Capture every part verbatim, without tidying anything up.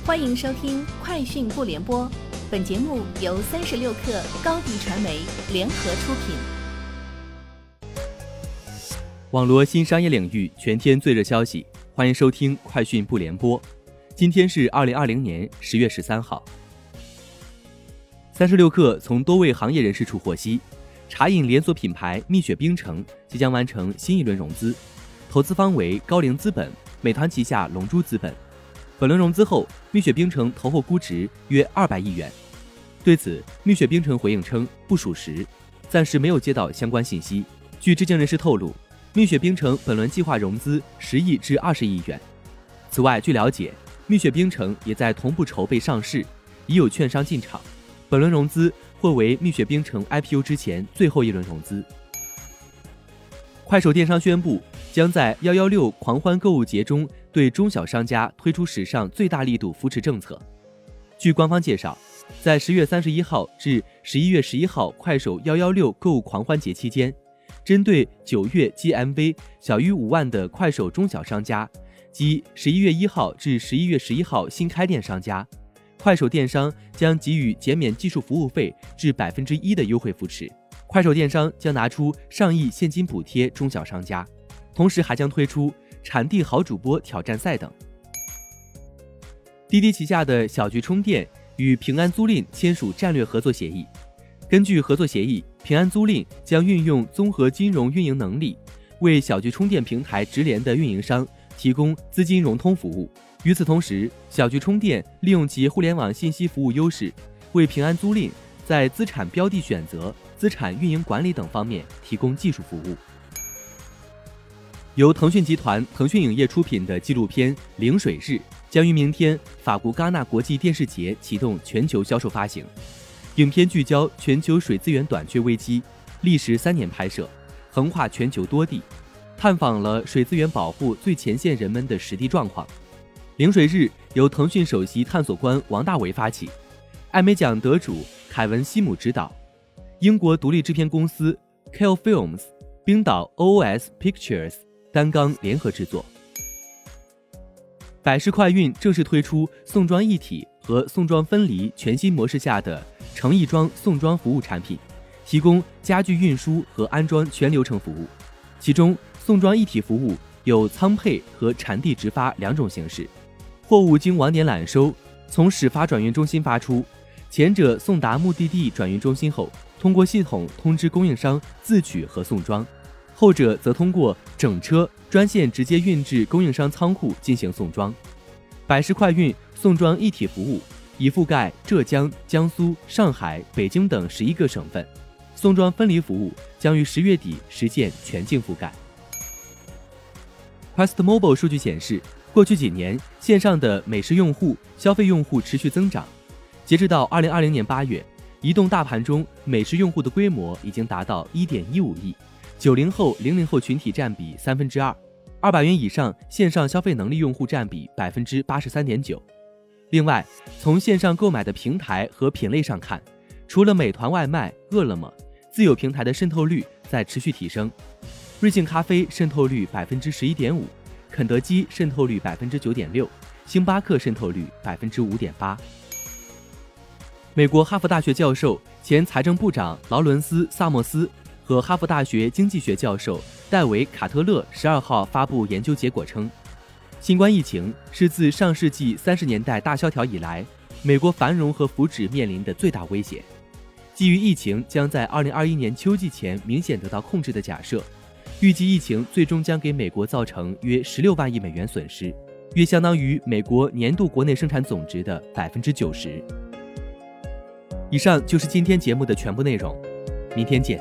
欢迎收听快讯不联播，本节目由三十六克高低传媒联合出品。 网罗新商业领域全天最热消息，欢迎收听快讯不联播。今天是二零二零年十月十三号。三十六克从多位行业人士处获悉，茶饮连锁品牌蜜雪冰城即将完成新一轮融资，投资方为高瓴资本、美团旗下龙珠资本。本轮融资后，蜜雪冰城投后估值约二百亿元。对此，蜜雪冰城回应称不属实，暂时没有接到相关信息。据知情人士透露，蜜雪冰城本轮计划融资十亿至二十亿元。此外，据了解，蜜雪冰城也在同步筹备上市，已有券商进场。本轮融资或为蜜雪冰城 I P O 之前最后一轮融资。快手电商宣布，将在一一六狂欢购物节中对中小商家推出史上最大力度扶持政策。据官方介绍，在十月三十一号至十一月十一号快手一一六购物狂欢节期间，针对九月 G M V 小于五万的快手中小商家及十一月一号至十一月十一号新开店商家，快手电商将给予减免技术服务费至百分之一的优惠扶持。快手电商将拿出上亿现金补贴中小商家，同时还将推出产地好主播挑战赛等。滴滴旗下的小桔充电与平安租赁签署战略合作协议。根据合作协议，平安租赁将运用综合金融运营能力，为小桔充电平台直连的运营商提供资金融通服务。与此同时，小桔充电利用其互联网信息服务优势，为平安租赁在资产标的选择、资产运营管理等方面提供技术服务。由腾讯集团、腾讯影业出品的纪录片《零水日》将于明天法国戛纳国际电视节启动全球销售发行。影片聚焦全球水资源短缺危机，历时三年拍摄，横跨全球多地，探访了水资源保护最前线人们的实地状况。零水日由腾讯首席探索官王大为发起，艾美奖得主凯文西姆执导，英国独立制片公司 Kale Films、冰岛 O O S Pictures担纲联合制作。百世快运正式推出送装一体和送装分离全新模式下的成一装送装服务产品，提供家具运输和安装全流程服务。其中送装一体服务有仓配和产地直发两种形式，货物经网点揽收，从始发转运中心发出，前者送达目的地转运中心后，通过系统通知供应商自取和送装，后者则通过整车专线直接运至供应商仓库进行送装。百世快运送装一体服务已覆盖浙江、江苏、上海、北京等十一个省份，送装分离服务将于十月底实现全境覆盖。QuestMobile 数据显示，过去几年线上的美食用户、消费用户持续增长。截止到二零二零年八月，移动大盘中美食用户的规模已经达到 一点一五亿，九零后、零零后群体占比三分之二，二百元以上线上消费能力用户占比百分之八十三点九。另外，从线上购买的平台和品类上看，除了美团外卖、饿了么，自有平台的渗透率在持续提升。瑞幸咖啡渗透率百分之十一点五，肯德基渗透率百分之九点六，星巴克渗透率百分之五点八。美国哈佛大学教授、前财政部长劳伦斯·萨默斯和哈佛大学经济学教授戴维·卡特勒十二号发布研究结果称，新冠疫情是自上世纪三十年代大萧条以来，美国繁荣和福祉面临的最大威胁。基于疫情将在二零二一年秋季前明显得到控制的假设，预计疫情最终将给美国造成约十六万亿美元损失，约相当于美国年度国内生产总值的百分之九十。以上就是今天节目的全部内容，明天见。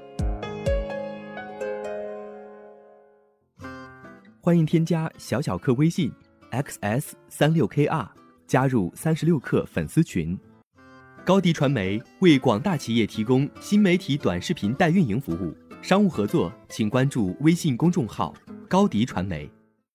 欢迎添加小小客微信 X S 三六 K R 加入三十六课粉丝群。高迪传媒为广大企业提供新媒体短视频代运营服务，商务合作请关注微信公众号高迪传媒。